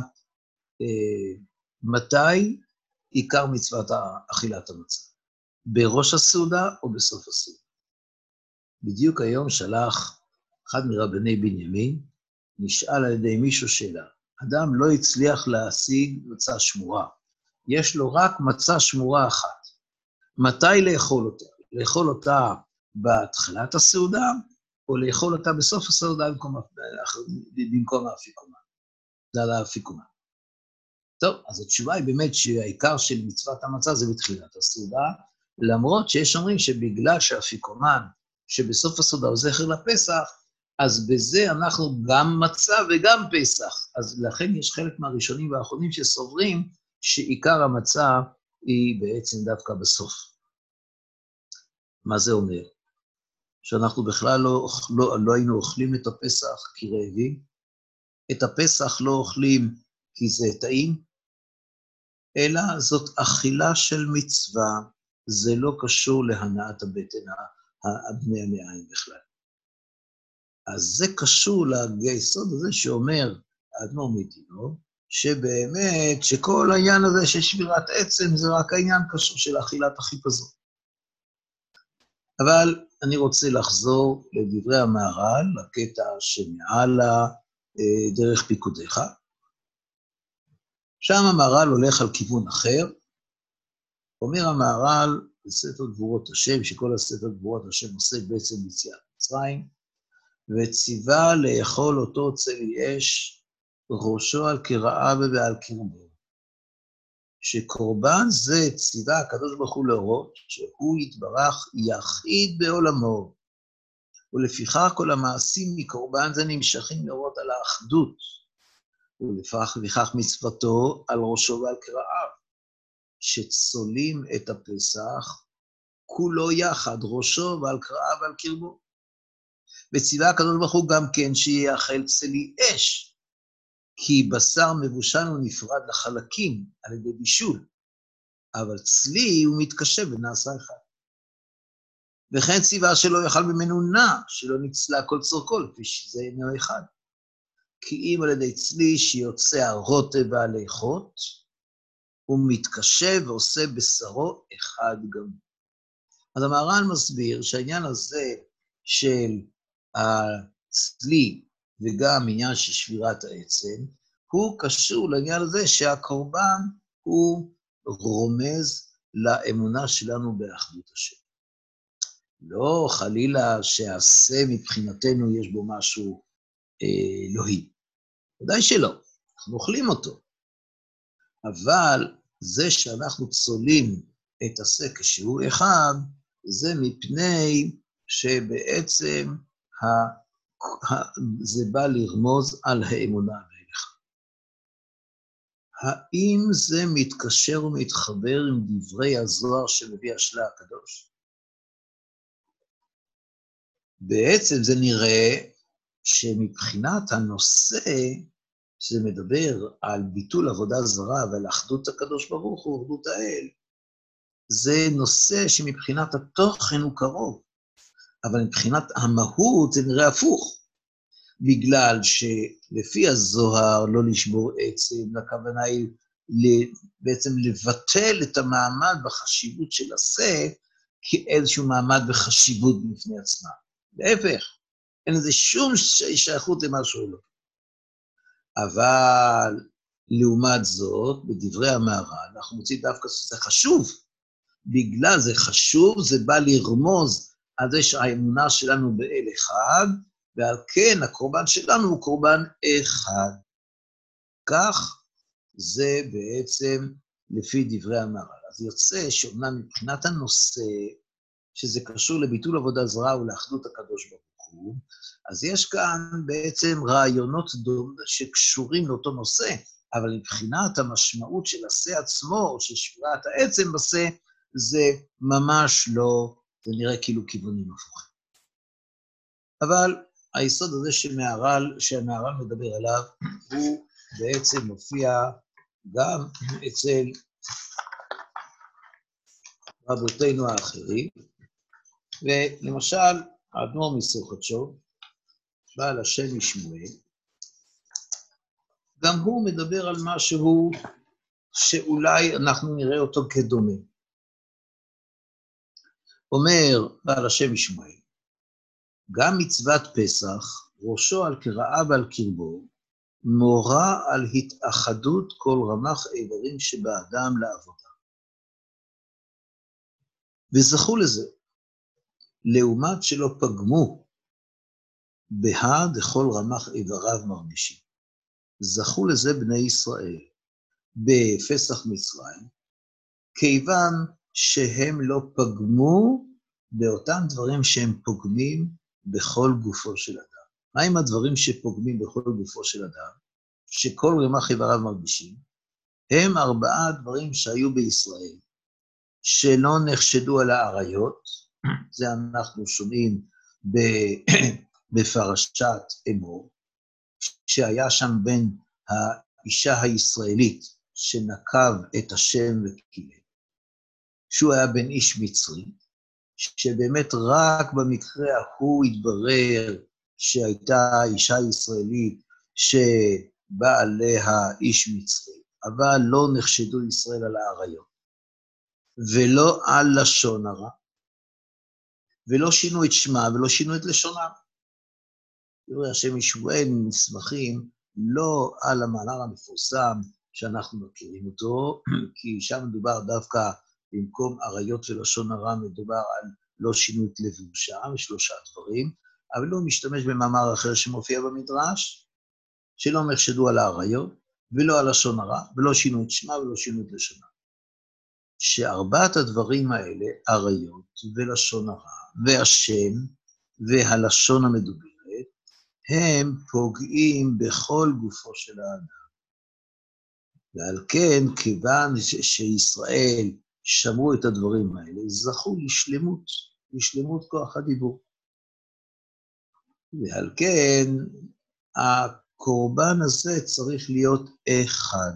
מתי עיקר מצוות אכילת המצה, בראש הסעודה או בסוף הסעודה. בדיוק היום שלח אחד מרבני בנימין, נשאל על ידי מישהו שאלה, אדם לא הצליח להשיג מצה שמורה, יש לו רק מצה שמורה אחת, מתי לאכול אותה? לאכול אותה בהתחלת הסעודה, או לאכול אותה בסוף הסעודה במקום האפיקומן. זה על האפיקומן. טוב, אז התשובה היא באמת שהעיקר של מצוות המצה זה בתחילת הסעודה, למרות שיש אומרים שבגלל שהאפיקומן שבסוף הסעודה הוא זכר לפסח, אז בזה אנחנו גם מצה וגם פסח. אז לכן יש חלק מהראשונים והאחרונים שסוברים שעיקר המצה היא בעצם דווקא בסוף. מה זה אומר? שאנחנו בכלל לא היינו אוכלים את הפסח כי רעבים, את הפסח לא אוכלים כי זה טעים, אלא זאת אכילה של מצווה, זה לא קשור להנאת הבטן הבני המעיים בכלל. אז זה קשור ליסוד הזה שאומר, האדמו"ר מדינו, שבאמת שכל העניין הזה של שבירת עצם זה רק העניין קשור של אכילת החיפזון. אבל אני רוצה לחזור לדברי המהר"ל, לקטע שמעל דרך פיקודיך. שם המהר"ל הולך על כיוון אחר, אומר המהר"ל בספר גבורות השם, שכל הספר גבורות השם עוסק בעצם ביציאת מצרים, וציווה לאכול אותו צלי אש, ראשו על קרעיו ועל קרבו. שקורבן זה ציווה הקדוש ברוך הוא להורות, שהוא יתברך יחיד בעולמו, ולפיכך כל המעשים מקורבן זה נמשכים להורות על האחדות, ולפיכך מצוותו על ראשו ועל קרעיו, שצולים את הפסח כולו יחד, ראשו ועל קרעיו ועל קרבו. וציווה הקדוש ברוך הוא גם כן שיאכל צלי אש, כי בשר מבושל הוא נפרד לחלקים על ידי בישול, אבל צלי הוא מתקשה ונעשה אחד. וכן ציווה שלא יאכל ממנו נע, שלא נצלה כל צורכו, לפי שזה אינו אחד. כי אם על ידי צלי שיוצא הרוטב והלאכות, הוא מתקשה ועושה בשרו אחד גם. אז המהר"ל מסביר שהעניין הזה של הצלי וגם עניין של שבירת העצם, הוא קשור לעניין הזה שהקורבן הוא רומז לאמונה שלנו באחדות השם. לא חלילה שהעשה מבחינתנו יש בו משהו אלוהי. ודאי שלא, אנחנו אוכלים אותו. אבל זה שאנחנו צולים את עשה כשהוא אחד, זה מפני שבעצם זה בא לרמוז על האמונה בהלכה. האם זה מתקשר ומתחבר עם דברי הזוהר שמביא השלה הקדוש? בעצם זה נראה שמבחינת הנושא, שזה מדבר על ביטול עבודה זרה ועל אחדות הקדוש ברוך הוא, אחדות האל, זה נושא שמבחינת התוכן הוא קרוב, אבל מבחינת המהות זה נראה הפוך, בגלל שלפי הזוהר לא לשבור עצם, הכוונה היא בעצם לבטל את המעמד בחשיבות של עשה, כאיזשהו מעמד בחשיבות בפני עצמה. להפך, אין לזה שום שייכות למשהו לא. אבל לעומת זאת, בדברי המהר"ל, אנחנו מוצאים דווקא שזה חשוב. בגלל זה חשוב, זה בא לרמוז על זה שהאמונה שלנו באל אחד, ועל כן הקורבן שלנו הוא קורבן אחד. כך זה בעצם לפי דברי המהר"ל. אז יוצא שאומנם מבחינת הנושא, שזה קשור לביטול עבודה זרה ולאחדות הקדוש ברוך הוא, אז יש כאן בעצם רעיונות שקשורים לאותו נושא, אבל מבחינת המשמעות של עשה עצמו, של שבירת העצם בשה, זה ממש לא, זה נראה כאילו כיוונים הפוכים. אבל היסוד הזה שהמהר"ל מדבר עליו, הוא בעצם מופיע גם אצל רבותינו האחרים, ולמשל, האדמו"ר מסוכתשוב, בעל השם משמואל, גם הוא מדבר על משהו שאולי אנחנו נראה אותו כדומה. אומר בעל השם משמואל, גם מצוות פסח, ראשו על קרעה ועל קרבו, מורה על התאחדות כל רמ"ח איברים שבאדם לעבודה. וזכו לזה, לעומת שלא פגמו, בהא דכל רמ"ח איבריו מרגישים. זכו לזה בני ישראל, בפסח מצרים, כיוון שהם לא פגמו באותם דברים שהם פוגמים בכל גופו של אדם. מה עם הדברים שפוגמים בכל גופו של אדם, שכל רמ"ח איבריו מרגישים? הם 4 דברים שהיו בישראל, שלא נחשדו על העריות, זה אנחנו שומעים בפרשת אמור, שהיה שם בין האישה הישראלית שנקב את השם וקילל, שהוא היה בן איש מצרי, שבאמת רק במקרה ההוא התברר שהייתה אישה ישראלית שבא עליה איש מצרי, אבל לא נחשדו ישראל על העריות, ולא על לשון הרע, ולא שינו את שמה ולא שינו את לשונם. דברי השם משמואל נסמכים לא על המאמר המפורסם שאנחנו מכירים אותו, כי שם מדובר דווקא במקום עריות ולשון הרע, מדובר על לא שינו את לבושם, 3 דברים, אבל לא משתמש במאמר אחר שמופיע במדרש, שלא נחשדו על העריות ולא על לשון הרע, ולא שינו את שמה ולא שינו את לשונה. ש4 הדברים האלה, עריות ולשון הרע, והשם והלשון המדוברת, הם פוגעים בכל גופו של האדם. ועל כן, כיוון שישראל שמרו את הדברים האלה, זכו לשלמות כוח הדיבור. ועל כן, הקורבן הזה צריך להיות אחד.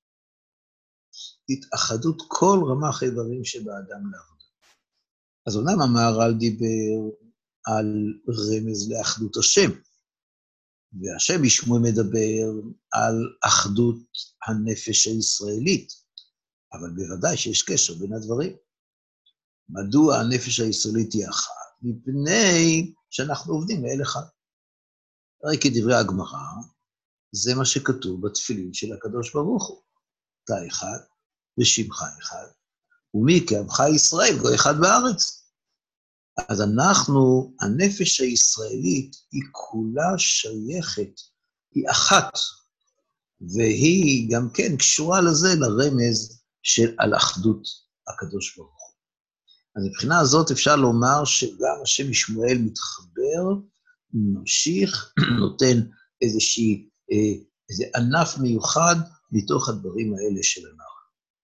התאחדות כל רמ"ח איברים שבאדם לעבודה. אז אומנם המהר"ל דיבר על רמז לאחדות השם, והשם משמואל מדבר על אחדות הנפש הישראלית, אבל בוודאי שיש קשר בין הדברים. מדוע הנפש הישראלית היא אחת? מפני שאנחנו עובדים לאל אחד. הרי כדברי הגמרא, זה מה שכתוב בתפילין של הקדוש ברוך הוא. אתה אחד ושמך אחד, ומי כעמך ישראל גוי אחד בארץ. אז אנחנו, הנפש הישראלית היא כולה שייכת, היא אחת, והיא גם כן קשורה לזה, לרמז של על אחדות הקדוש ברוך הוא. אז מבחינה הזאת אפשר לומר שגם השם משמואל מתחבר, ממשיך, נותן איזה ענף מיוחד מתוך הדברים האלה של המהר"ל.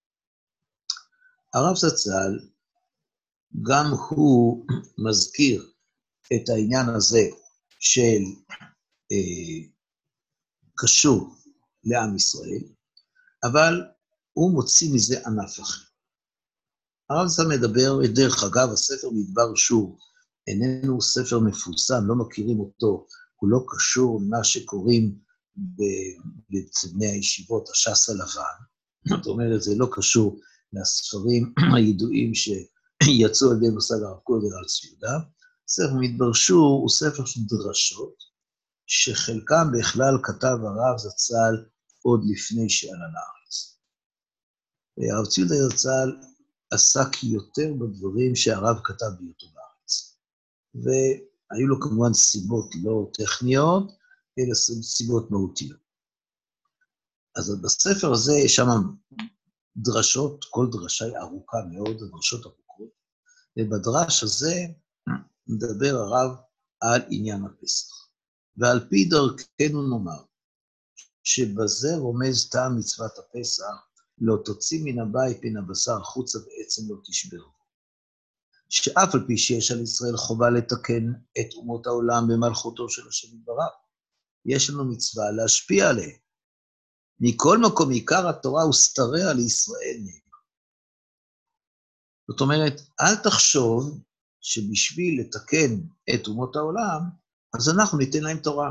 הרב זצ"ל, גם הוא מזכיר את העניין הזה של קשור לעם ישראל, אבל הוא מוציא מזה ענף אחר. הרב זצ"ל מדבר, דרך אגב, הספר מדבר שוב, איננו ספר מפורסם, לא מכירים אותו, הוא לא קשור למה שקוראים בבני הישיבות, הש"ס הלבן. זאת אומרת, זה לא קשור לספרים הידועים שיצאו על ידי מוסד הרב קוק ורב צבי יהודה. ספר מדבר שוב הוא ספר של דרשות, שחלקם בכלל כתב הרב זצ"ל עוד לפני שעלה לארץ. הרב צבי יהודה זצ"ל עסק יותר בדברים שהרב כתב בהיותו בארץ. והיו לו כמובן סיבות לא טכניות, אלא סיבות מהותיות. אז בספר הזה יש שם דרשות, כל דרשה היא ארוכה מאוד, דרשות ארוכות, ובדרש הזה מדבר הרב על עניין הפסח. ועל פי דרכנו נאמר, שבזה רומז טעם מצוות הפסח, לא תוציא מן הבית מן הבשר חוצה בעצם לא תשברו. שאף על פי שיש על ישראל חובה לתקן את אומות העולם במלכותו של השם יתברך, יש לנו מצווה להשפיע עליהם. מכל מקום עיקר התורה וסתריה לישראל נאמר. זאת אומרת, אל תחשוב שבשביל לתקן את אומות העולם, אז אנחנו ניתן להם תורה.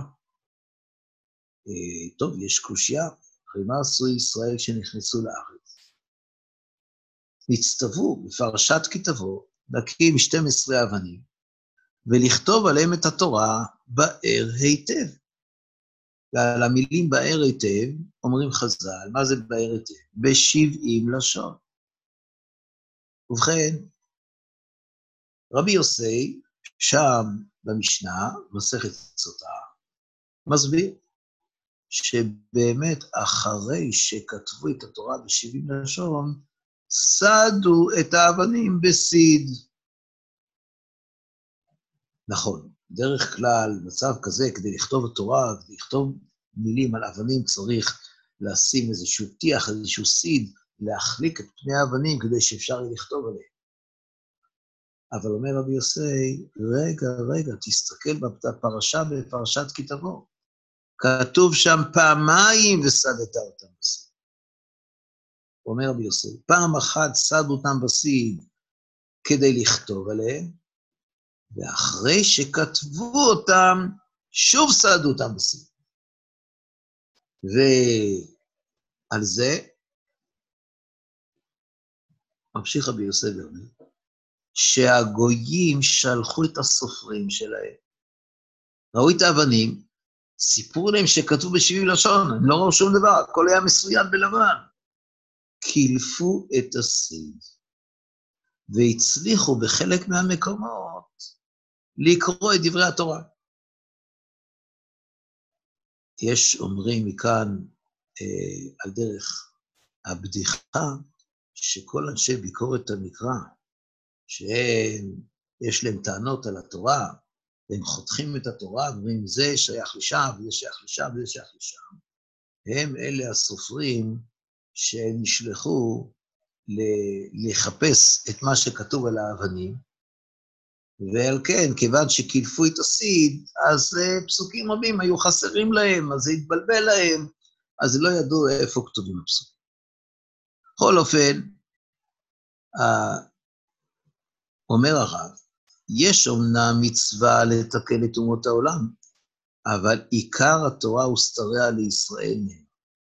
טוב, יש קושיה, הרי מה עשו ישראל שנכנסו לארץ? נצטוו בפרשת כי תבוא, להקים 12 אבנים, ולכתוב עליהם את התורה באר היטב. ועל המילים באר היטב, אומרים חז"ל, מה זה באר היטב? ב70 לשון. ובכן, רבי יוסי, שם במשנה, מסכת סוטה, מסביר שבאמת אחרי שכתבו את התורה ב70 לשון, סדו את האבנים בסיד. נכון, דרך כלל, מצב כזה, כדי לכתוב התורה, כדי לכתוב מילים על אבנים, צריך לשים איזשהו טיח, איזשהו סיד, להחליק את פני האבנים כדי שאפשר יהיה לכתוב עליהם. אבל אומר רבי יוסי, רגע, תסתכל בפרשה, בפרשת כי תבוא. כתוב שם פעמיים וסדת אותם בסיד. אומר רבי יוסי, פעם אחת סד אותם בסיד כדי לכתוב עליהם, ואחרי שכתבו אותם, שוב סדו אותם בסיד. ועל זה, ממשיך רבי יוסי ואומר, שהגויים שלחו את הסופרים שלהם, ראו את האבנים, סיפרו להם שכתבו ב70 לשון, הם לא ראו שום דבר, הכל היה מסויד בלבן. קילפו את הסיד, והצליחו בחלק מהמקומות לקרוא את דברי התורה. יש אומרים מכאן על דרך הבדיחה, שכל אנשי ביקורת המקרא, שיש להם טענות על התורה, והם חותכים את התורה, ואומרים, זה שייך לשם, וזה שייך לשם, וזה שייך לשם. הם אלה הסופרים שהם נשלחו לחפש את מה שכתוב על האבנים, ועל כן, כיוון שקילפו את הסיד, אז פסוקים רבים היו חסרים להם, אז זה התבלבל להם, אז לא ידעו איפה כתובים הפסוקים. בכל אופן, אומר הרב, יש אומנם מצווה לתקן את אומות העולם, אבל עיקר התורה וסתריה לישראל מהם,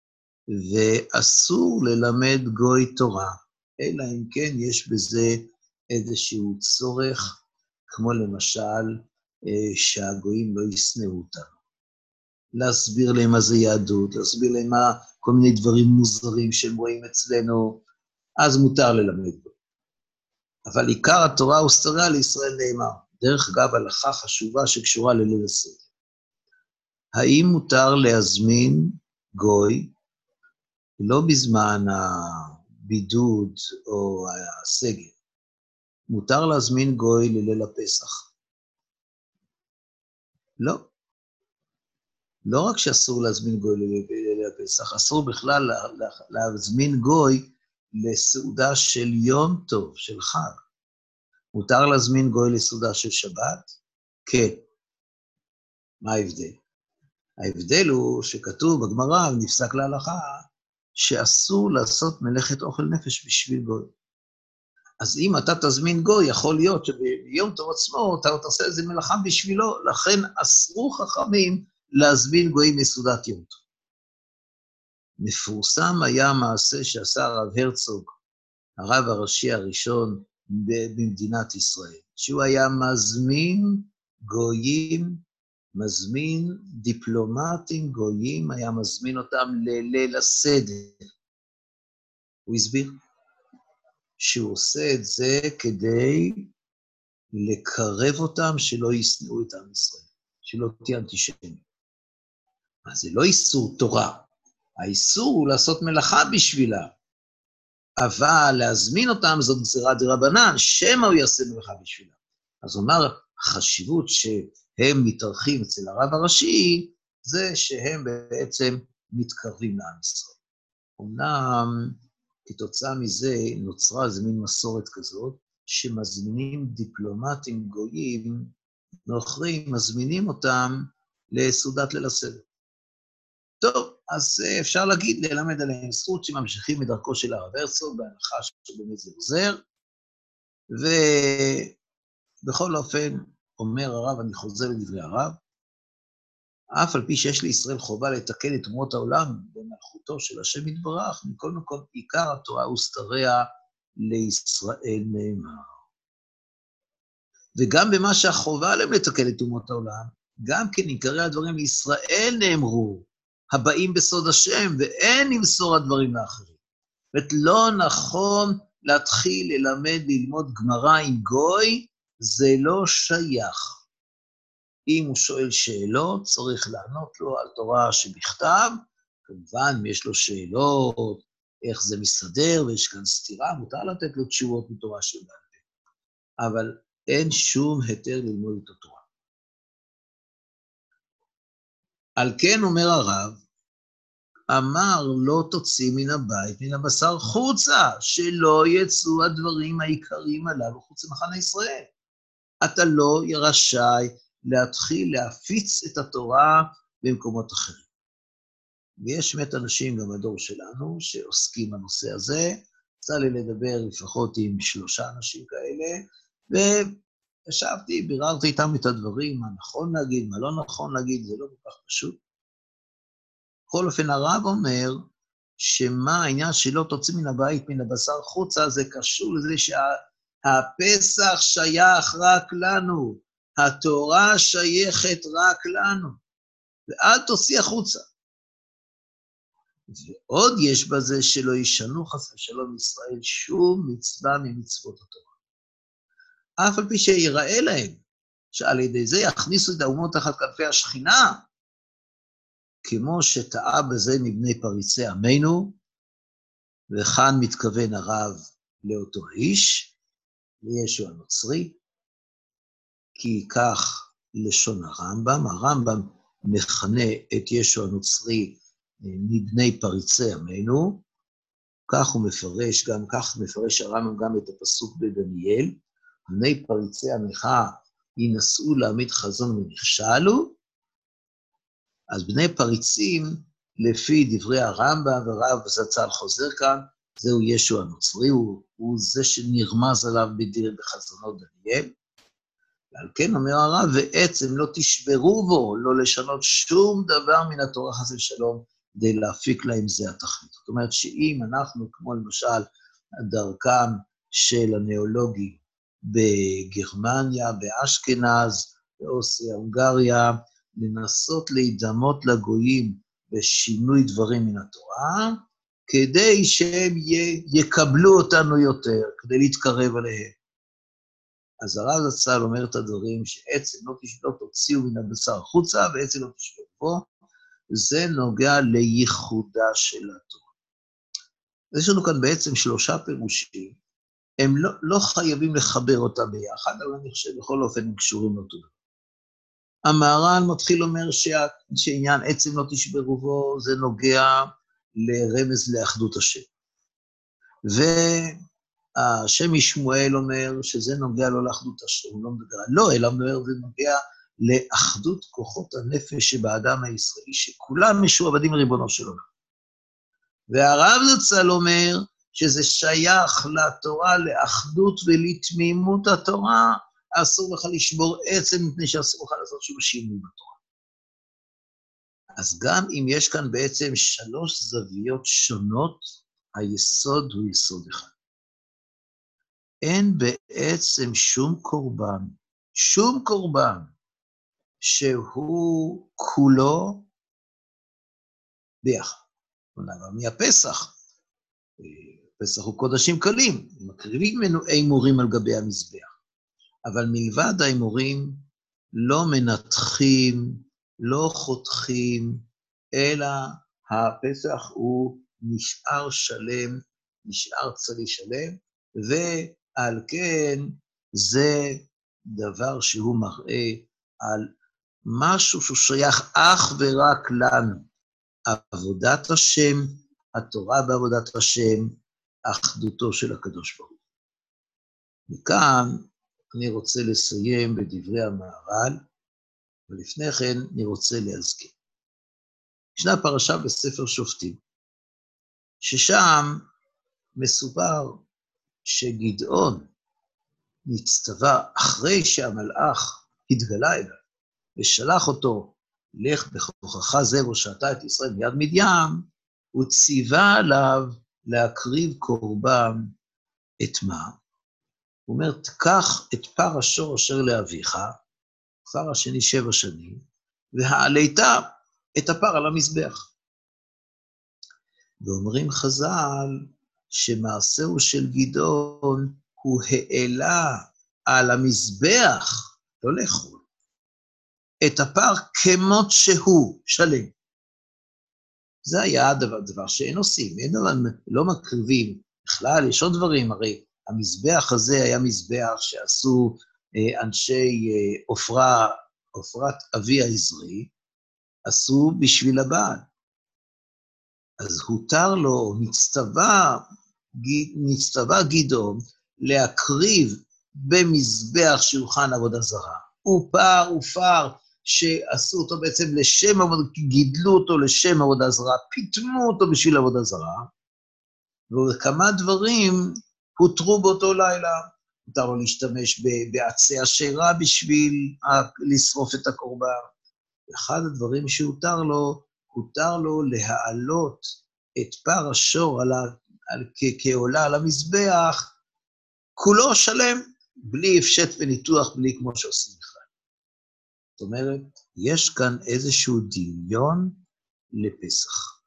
ואסור ללמד גוי תורה, אלא אם כן יש בזה איזשהו צורך, כמו למשל שהגויים לא ישנאו אותנו. להסביר להם מה זה יהדות, להסביר להם מה כל מיני דברים מוזרים שהם רואים אצלנו, אז מותר ללמד בו. אבל עיקר התורה וסתריה לישראל נאמר, דרך אגב הלכה חשובה שקשורה לליל הסדר. האם מותר להזמין גוי, לא בזמן הבידוד או הסגר, מותר להזמין גוי לליל הפסח? לא. לא רק שאסור להזמין גוי לליל הפסח, אסור בכלל להזמין גוי לסעודה של יום טוב, של חג. מותר להזמין גוי לסעודה של שבת? כן. מה ההבדל? ההבדל הוא שכתוב בגמרא, ונפסק להלכה, שאסור לעשות מלאכת אוכל נפש בשביל גוי. אז אם אתה תזמין גוי, יכול להיות שביום טוב עצמו אתה תעשה איזה מלאכה בשבילו, לכן אסרו חכמים להזמין גויים מסעודת יום טוב. מפורסם היה המעשה שעשה הרב הרצוג, הרב הראשי הראשון במדינת ישראל, שהוא היה מזמין גויים, מזמין דיפלומטים גויים, היה מזמין אותם לליל הסדר. הוא הסביר שהוא עושה את זה כדי לקרב אותם שלא ישנאו את עם ישראל, שלא תהיה אנטישמי. אז זה לא איסור תורה, האיסור הוא לעשות מלאכה בשבילה, אבל להזמין אותם זאת גזירה דרבנן, שמא הוא יעשה מלאכה בשבילה. אז הוא אומר, החשיבות שהם מתארחים אצל הרב הראשי, זה שהם בעצם מתקרבים לעם ישראל. אמנם כתוצאה מזה נוצרה איזו מין מסורת כזאת, שמזמינים דיפלומטים גויים, נוכרים, מזמינים אותם לסעודת ליל הסדר. טוב, אז אפשר להגיד, ללמד עליהם זכות שממשיכים מדרכו של הרב הרצוג, בהנחה שבאמת זה עוזר, ובכל אופן, אומר הרב, אני חוזר לדברי הרב, אף על פי שיש לישראל חובה לתקן את אומות העולם במלכותו של השם יתברך, מכל מקום עיקר התורה וסתריה לישראל נאמר. וגם במה שהחובה עליהם לתקן את אומות העולם, גם כן עיקרי הדברים לישראל נאמרו, הבאים בסוד השם, ואין למסור הדברים לאחרים. זאת לא נכון להתחיל ללמוד גמרא עם גוי, זה לא שייך. אם הוא שואל שאלות, צריך לענות לו על תורה שבכתב, כמובן, אם יש לו שאלות, איך זה מסתדר, ויש כאן סתירה, מותר לתת לו תשובות מתורה שבעל פה. אבל אין שום היתר ללמוד את התורה. על כן אומר הרב, אמר לא תוציא מן הבית, מן הבשר חוצה, שלא יצאו הדברים העיקריים הללו חוץ למחנה ישראל. אתה לא רשאי להתחיל להפיץ את התורה במקומות אחרים. ויש באמת אנשים גם בדור שלנו שעוסקים בנושא הזה, יצא לי לדבר לפחות עם 3 אנשים כאלה, וישבתי, ביררתי איתם את הדברים, מה נכון להגיד, מה לא נכון להגיד, זה לא כל כך פשוט. בכל אופן הרב אומר, שמה העניין שלא תוציא מן הבית, מן הבשר חוצה, זה קשור לזה שהפסח שייך רק לנו, התורה שייכת רק לנו, ואל תוציא החוצה. ועוד יש בזה שלא ישנו חס ושלום ישראל שום מצווה ממצוות התורה. אף על פי שיראה להם, שעל ידי זה יכניסו את האומות תחת כנפי השכינה, כמו שטעה בזה מבני פריצי עמנו, וכאן מתכוון הרב לאותו האיש, לישוע הנוצרי, כי כך לשון הרמב"ם מכנה את ישוע הנוצרי מבני פריצי עמנו, כך הוא מפרש, גם כך מפרש הרמב"ם גם את הפסוק בדניאל, בני פריצי עמך ינסו להעמיד חזון ונכשלו, אז בני פריצים, לפי דברי הרמב"ם ורב זצ"ל חוזר כאן, זהו ישוע הנוצרי, הוא זה שנרמז עליו בחזונו דניאל, ועל כן אומר הרב, ועצם לא תשברו בו, לא לשנות שום דבר מן התורה חס ושלום, כדי להפיק להם זה התכלית. זאת אומרת שאם אנחנו, כמו למשל, דרכם של הנאולוגים בגרמניה, באשכנז, באוסטריה, הונגריה, לנסות להידמות לגויים בשינוי דברים מן התורה, כדי שהם יקבלו אותנו יותר, כדי להתקרב עליהם. אז הרב זצ"ל אומר את הדברים שעצם לא תוציאו מן הבשר חוצה, ועצם לא תשברו בו, זה נוגע לייחודה של התורה. אז יש לנו כאן בעצם 3 פירושים, הם לא חייבים לחבר אותם ביחד, אבל אני חושב בכל אופן הם קשורים לאותו דבר. המהר"ל מתחיל אומר שעניין עצם לא תשברו בו, זה נוגע לרמז לאחדות השם. והשם משמואל אומר שזה נוגע לא לאחדות השם, הוא לא מדבר, לא, אלא אומר זה נוגע לאחדות כוחות הנפש שבאדם הישראלי, שכולם משועבדים לריבונו של עולם. והרב זצ"ל אומר שזה שייך לתורה, לאחדות ולתמימות התורה, אסור לך לשבור עצם מפני שאסור לך לעשות שום שינוי בתורה. אז גם אם יש כאן בעצם 3 זוויות שונות, היסוד הוא יסוד אחד. אין בעצם שום קורבן, שהוא כולו ביחד. כלומר, מהפסח, פסח הוא קודשים קלים, מקריבים האמורים על גבי המזבח, אבל מלבד האמורים לא מנתחים, לא חותכים, אלא הפסח הוא נשאר שלם, נשאר צלי שלם, ועל כן זה דבר שהוא מראה על משהו שהוא שייך אך ורק לנו, עבודת השם, התורה בעבודת השם, אחדותו של הקדוש ברוך הוא. מכאן אני רוצה לסיים בדברי המהר"ל, ולפני כן אני רוצה להזכיר. ישנה פרשה בספר שופטים, ששם מסופר שגדעון נצטווה אחרי שהמלאך התגלה אליו, ושלח אותו, לך בכוחך זה והושעת את ישראל מיד מדיין, הוא ציווה עליו להקריב קורבן את מה? הוא אומר, תקח את פר השור אשר לאביך, פר השני 7 שנים, והעלית את הפר על המזבח. ואומרים חז"ל, שמעשהו של גדעון, הוא העלה על המזבח, לא לאכול, את הפר כמות שהוא, שלם. זה היה דבר שאין עושים, לא מקריבים. בכלל, יש עוד דברים, הרי המזבח הזה היה מזבח שעשו אנשי עופרת אבי העזרי, עשו בשביל הבעל. אז הותר לו, נצטווה גדעון, להקריב במזבח שולחן עבודה זרה. הוא פר שעשו אותו בעצם לשם עבודה, גידלו אותו לשם עבודה זרה, פיתמו אותו בשביל עבודה זרה, וכמה דברים הותרו באותו לילה. הותר לו להשתמש בעצי אשרה בשביל לשרוף את הקורבן. אחד הדברים שהותר לו להעלות את פר השור כעולה על המזבח, כולו שלם, בלי הפשט וניתוח, בלי כמו שעושים בכלל. זאת אומרת, יש כאן איזשהו דמיון לפסח.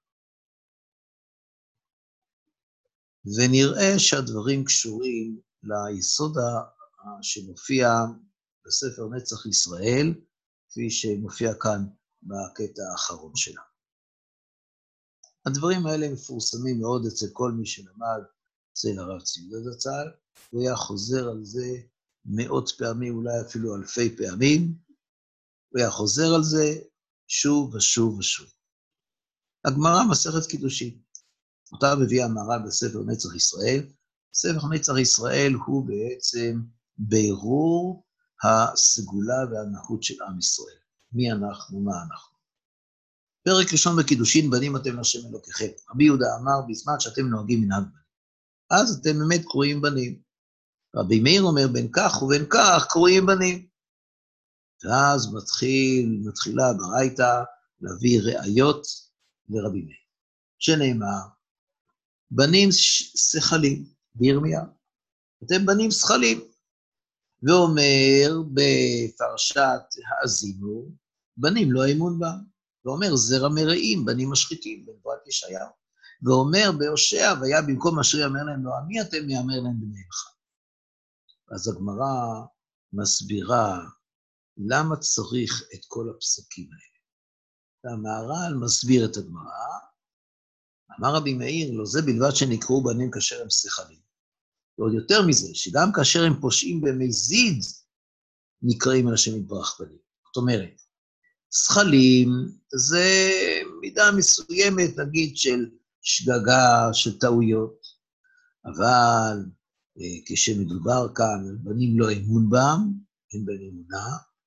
ונראה שהדברים קשורים ליסוד שמופיע בספר נצח ישראל, כפי שמופיע כאן בקטע האחרון שלה. הדברים האלה מפורסמים מאוד אצל כל מי שלמד אצל הרב ציודה זצ"ל, הוא היה חוזר על זה 100 פעמים, אולי אפילו 1000 פעמים, הוא היה חוזר על זה שוב ושוב ושוב. הגמרא מסכת קידושין, אותה מביאה המהר"ל בספר נצח ישראל. ספר נצח ישראל הוא בעצם בירור הסגולה והנחות של עם ישראל. מי אנחנו, מה אנחנו. פרק ראשון בקידושין, בנים אתם להשם אלוקיכם. רבי יהודה אמר, בזמן שאתם נוהגים מנהג בנים, אז אתם באמת קרואים בנים. רבי מאיר אומר, בין כך ובין כך קרואים בנים. ואז מתחילה ברייתא להביא ראיות לרבי מאיר. שנאמר, בנים שכלים, בירמיה, אתם בנים שכלים. ואומר בפרשת האזינו, בנים לא אמון בם. ואומר זרע מרעים, בנים משחיתים, בנבואת ישעיהו. ואומר בהושע, והיה במקום אשר יאמר להם לא עמי, אתם יאמר להם בני אמך. אז הגמרא מסבירה למה צריך את כל הפסוקים האלה. והמהר"ל מסביר את הגמרא, אמר רבי מאיר, לא זה בלבד שנקראו בנים כאשר הם שכלים. ועוד יותר מזה, שגם כאשר הם פושעים במזיד, נקראים על השם יתברך בנים. זאת אומרת, שכלים זה מידה מסוימת, נגיד, של שגגה, של טעויות, אבל כשמדובר כאן, בנים לא אמון בם, אין בהם אמונה,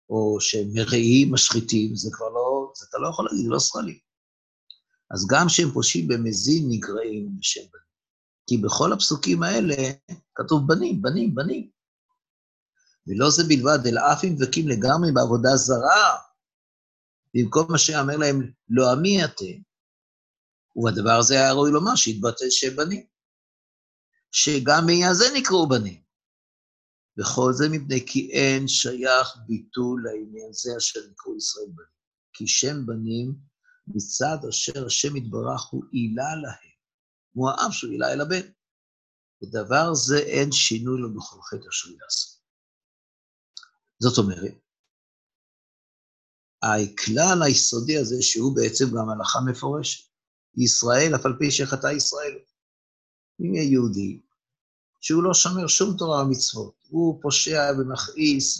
או שהם מרעים, משחיתים, זה כבר לא, זה אתה לא יכול להגיד, לא שכלים. אז גם שהם פושעים במזין נגרעים בשם בנים. כי בכל הפסוקים האלה כתוב בנים, בנים, בנים. ולא זה בלבד, אלא אף אם דבקים לגמרי בעבודה זרה, במקום מה שאמר להם, לא עמי אתם. ובדבר הזה היה ראוי לומר שהתבטא שם בנים. שגם בעניין זה נקראו בנים. וכל זה מפני כי אין שייך ביטול לעניין זה אשר נקראו ישראל בנים. כי שם בנים מצד אשר השם יתברך הוא עילה להם. הוא האב שהוא עילה אל הבן. בדבר זה אין שינוי לו בכל חטא אשר יעשה. זאת אומרת, הכלל היסודי הזה שהוא בעצם גם הלכה מפורשת. ישראל, אף על פי שחטא ישראל. אם יהיה יהודי, שהוא לא שומר שום תורה ומצוות, הוא פושע ומכעיס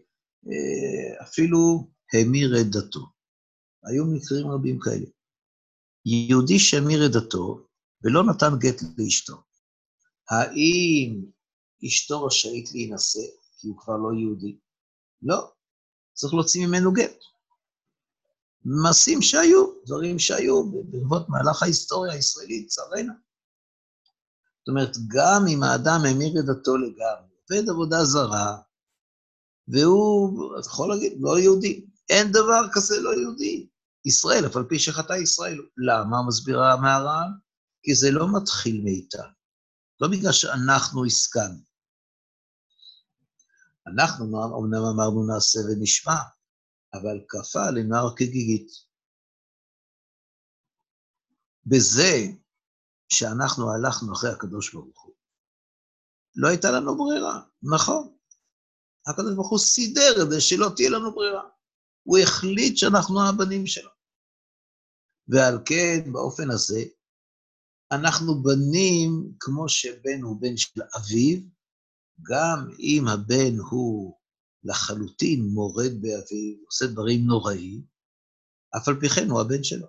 ואפילו המיר את דתו. היו מקרים רבים כאלה. יהודי שהמיר את דתו ולא נתן גט לאשתו. האם אשתו רשאית להינשא כי הוא כבר לא יהודי? לא. צריך להוציא ממנו גט. מעשים שהיו, דברים שהיו ברבות מהלך ההיסטוריה הישראלית, צערנו. זאת אומרת, גם אם האדם המיר את דתו לגמרי, עובד עבודה זרה, והוא, אתה יכול להגיד, לא יהודי. אין דבר כזה לא יהודי. ישראל, אף על פי שחטא ישראל. למה? מסבירה מהר"ן? כי זה לא מתחיל מאיתנו. לא בגלל שאנחנו הסכמנו. אנחנו אומנם אמרנו נעשה ונשמע, אבל כפה לנער כגיגית. בזה שאנחנו הלכנו אחרי הקדוש ברוך הוא, לא הייתה לנו ברירה, נכון. הקדוש ברוך הוא סידר את זה שלא תהיה לנו ברירה. הוא החליט שאנחנו הבנים שלו. ועל כן, באופן הזה, אנחנו בנים כמו שבן הוא בן של אביו, גם אם הבן הוא לחלוטין מורד באביו, עושה דברים נוראים, אף על פי כן הוא הבן שלו.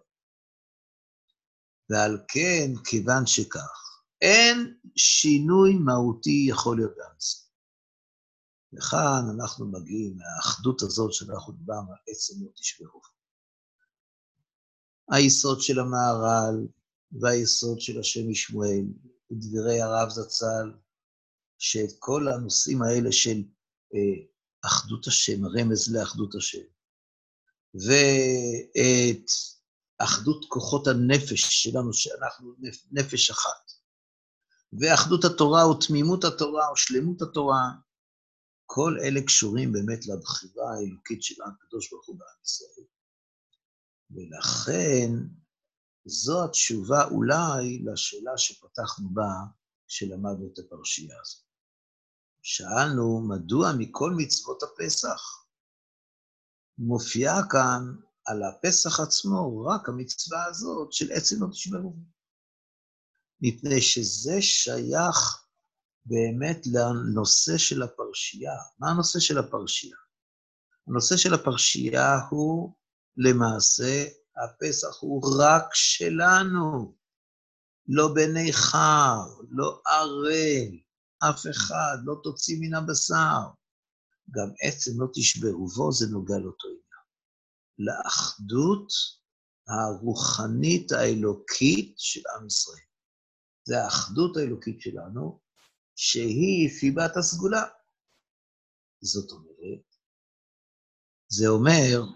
ועל כן, כיוון שכך, אין שינוי מהותי יכול להיות באמצע. וכאן אנחנו מגיעים מהאחדות הזאת שאנחנו דיברנו על עצם לא תשברו. היסוד של המהר"ל והיסוד של השם ישמעאל, ודברי הרב זצ"ל, שאת כל הנושאים האלה של אחדות השם, רמז לאחדות השם, ואת אחדות כוחות הנפש שלנו, שאנחנו נפש אחת, ואחדות התורה ותמימות התורה או שלמות התורה, כל אלה קשורים באמת לבחירה האלוקית של הקדוש ברוך הוא בעם ישראל. ולכן זו התשובה אולי לשאלה שפתחנו בה, שלמדנו את הפרשייה הזאת. שאלנו, מדוע מכל מצוות הפסח מופיעה כאן על הפסח עצמו רק המצווה הזאת של עצם לא תשברו? מפני שזה שייך באמת לנושא של הפרשייה. מה הנושא של הפרשייה? הנושא של הפרשייה הוא למעשה, הפסח הוא רק שלנו, לא בני חר, לא ערל, אף אחד, לא תוציא מן הבשר. גם עצם לא תשברו בו, זה נוגע לאותו עניין. לאחדות הרוחנית האלוקית של עם ישראל. זה האחדות האלוקית שלנו, שהיא סיבת הסגולה. זאת אומרת, זה אומר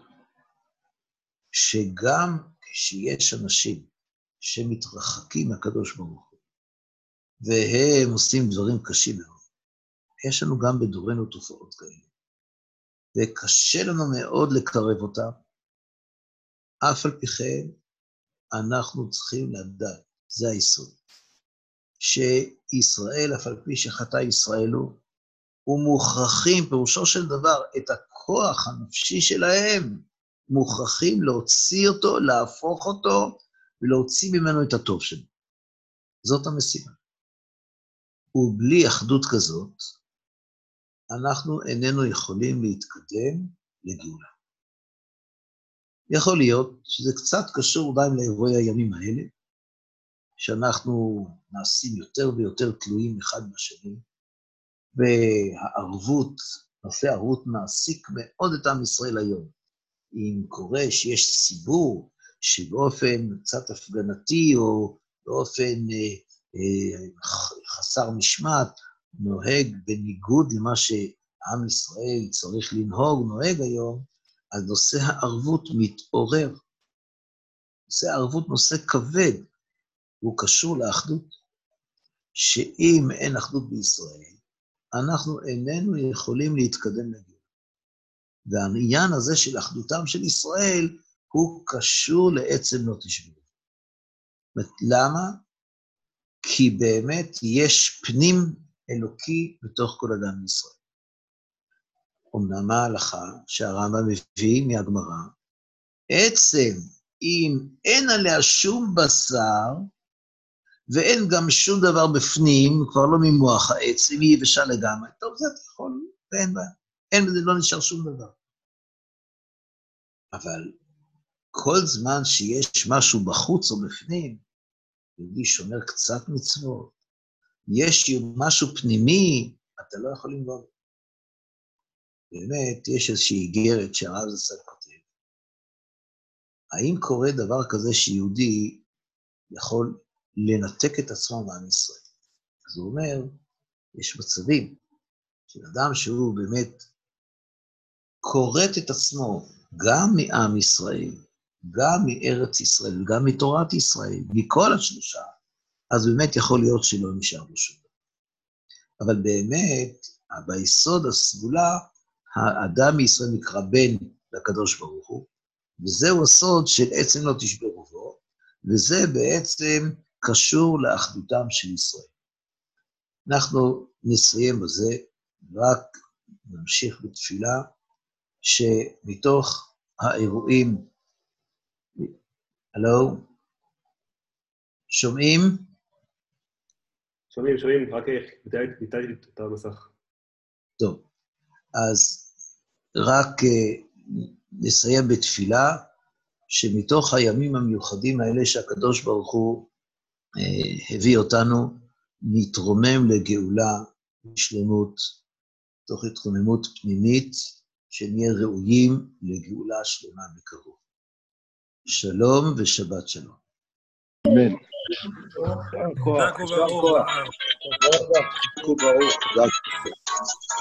שגם כשיש אנשים שמתרחקים מהקדוש ברוך הוא, והם עושים דברים קשים מאוד, יש לנו גם בדורנו תופעות כאלה, וקשה לנו מאוד לקרב אותם, אף על פי כן אנחנו צריכים לדעת, זה היסוד, שישראל, אף על פי שחטא ישראל הוא, ומוכרחים, פירושו של דבר, את הכוח הנפשי שלהם, מוכרחים להוציא אותו, להפוך אותו, ולהוציא ממנו את הטוב שלו. זאת המשימה. ובלי אחדות כזאת, אנחנו איננו יכולים להתקדם לגאולה. יכול להיות שזה קצת קשור די לאירועי הימים האלה, שאנחנו נעשים יותר ויותר תלויים אחד בשני, והערבות נושא ערבות מעסיק מאוד את עם ישראל היום. אם קורה שיש ציבור שבאופן קצת הפגנתי או באופן חסר משמעת, נוהג בניגוד למה שעם ישראל צריך לנהוג, נוהג היום, אז נושא הערבות מתעורר. נושא הערבות נושא כבד, הוא קשור לאחדות, שאם אין אחדות בישראל, אנחנו איננו יכולים להתקדם לגאולה. והעניין הזה של אחדותם של ישראל, הוא קשור לעצם לא תשברו. למה? כי באמת יש פנים אלוקי בתוך כל אדם בישראל. אמנם ההלכה שהרמב"ם מביא מהגמרא, עצם אם אין עליה שום בשר, ואין גם שום דבר בפנים, כבר לא ממוח העץ, אם היא יבשה לגמרי, טוב, זה אתה יכול, ואין בה, אין בזה, לא נשאר שום דבר. אבל כל זמן שיש משהו בחוץ או בפנים, יהודי שומר קצת מצוות, יש משהו פנימי, אתה לא יכול לנגוע. באמת, יש איזושהי איגרת שהרב זצ"ל כותב. האם קורה דבר כזה שיהודי יכול לנתק את עצמו מעם ישראל? אז הוא אומר, יש מצבים של אדם שהוא באמת קוראת את עצמו גם מעם ישראל, גם מארץ ישראל, גם מתורת ישראל, מכל השלושה, אז באמת יכול להיות שלא נשאר לו שום דבר. אבל באמת, ביסוד הסגולה, האדם מישראל נקרא בן לקדוש ברוך הוא, וזהו הסוד של עצם לא תשברו בו, וזה בעצם קשור לאחדותם של ישראל. אנחנו נסיים בזה, רק נמשיך בתפילה, שמתוך האירועים, הלו? שומעים? שומעים, רק ביטלתי את המסך. טוב, אז רק נסיים בתפילה, שמתוך הימים המיוחדים האלה שהקדוש ברוך הוא הביא אותנו, נתרומם לגאולה בשלמות, תוך התרוממות פנימית, שנהיה ראויים לגאולה שלמה בקרוב. שלום ושבת שלום. אמן. חזק וברוך. ברוך.